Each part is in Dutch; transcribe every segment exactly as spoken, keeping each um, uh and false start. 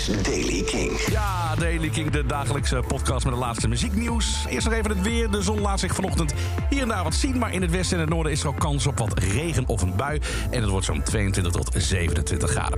is Daily King. Ja, Daily King, de dagelijkse podcast met de laatste muzieknieuws. Eerst nog even het weer. De zon laat zich vanochtend hier en daar wat zien, maar in het westen en het noorden is er ook kans op wat regen of een bui. En het wordt zo'n tweeëntwintig tot zevenentwintig graden.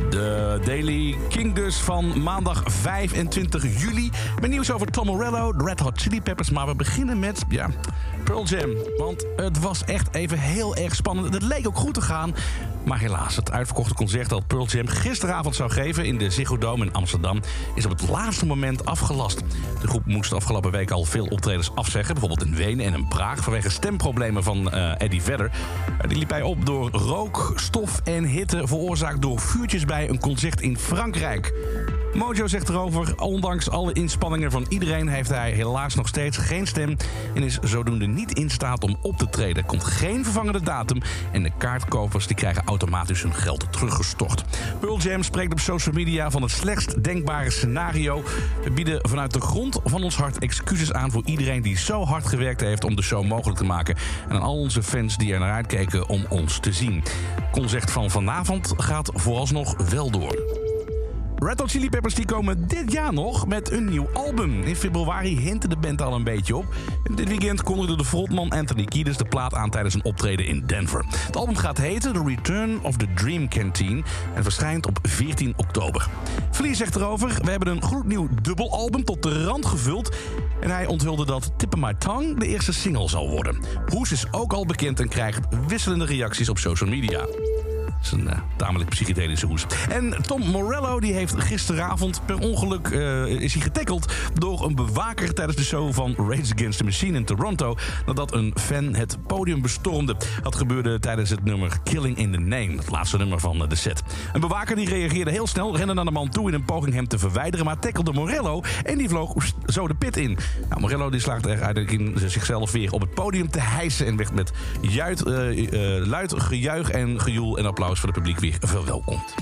De Daily King dus van maandag vijfentwintig juli. Met nieuws over Tom Morello, de Red Hot Chili Peppers. Maar we beginnen met, ja, Pearl Jam. Want het was echt even heel erg spannend. Het leek ook goed te gaan. Maar helaas, het uitverkochte concert dat Pearl Jam gisteravond zou geven in de Ziggo Dome in Amsterdam is op het laatste moment afgelast. De groep moest afgelopen week al veel optredens afzeggen, bijvoorbeeld in Wenen en in Praag, vanwege stemproblemen van uh, Eddie Vedder. Uh, die liep hij op door rook, stof en hitte veroorzaakt door vuurtjes bij een concert in Frankrijk. Mojo zegt erover, ondanks alle inspanningen van iedereen heeft hij helaas nog steeds geen stem en is zodoende niet in staat om op te treden. Er komt geen vervangende datum en de kaartkopers die krijgen automatisch hun geld teruggestort. Pearl Jam spreekt op social media van het slechtst denkbare scenario. We bieden vanuit de grond van ons hart excuses aan voor iedereen die zo hard gewerkt heeft om de show mogelijk te maken en aan al onze fans die er naar uitkeken om ons te zien. Het concert van vanavond gaat vooralsnog wel door. Red Hot Chili Peppers die komen dit jaar nog met een nieuw album. In februari hintte de band al een beetje op. En dit weekend kondigde de frontman Anthony Kiedis de plaat aan tijdens een optreden in Denver. Het album gaat heten The Return of the Dream Canteen en verschijnt op veertien oktober. Flea zegt erover, we hebben een gloednieuw dubbelalbum tot de rand gevuld. En hij onthulde dat Tip of My Tongue de eerste single zal worden. Hoes is ook al bekend en krijgt wisselende reacties op social media. Dat is een uh, tamelijk psychedelische hoes. En Tom Morello die heeft gisteravond per ongeluk uh, is hij getackeld door een bewaker tijdens de show van Rage Against the Machine in Toronto, nadat een fan het podium bestormde. Dat gebeurde tijdens het nummer Killing in the Name, het laatste nummer van uh, de set. Een bewaker die reageerde heel snel, rende naar de man toe in een poging hem te verwijderen, maar tackelde Morello en die vloog oest, zo de pit in. Nou, Morello die slaagt er uiteindelijk in zichzelf weer op het podium te hijsen en werd met juid, uh, uh, luid gejuich en gejoel en applaus voor het publiek weer verwelkomd.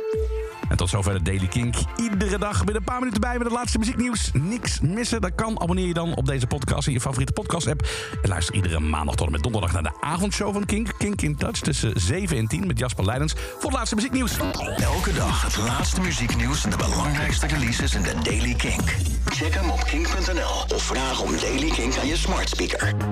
En tot zover de Daily Kink. Iedere dag met een paar minuten bij met het laatste muzieknieuws. Niks missen, dat kan. Abonneer je dan op deze podcast in je favoriete podcast-app. En luister iedere maandag tot en met donderdag naar de avondshow van Kink. Kink in Touch tussen zeven en tien met Jasper Leidens voor het laatste muzieknieuws. Elke dag het laatste muzieknieuws en de belangrijkste releases in de Daily Kink. Check hem op kink punt n l of vraag om Daily Kink aan je smart speaker.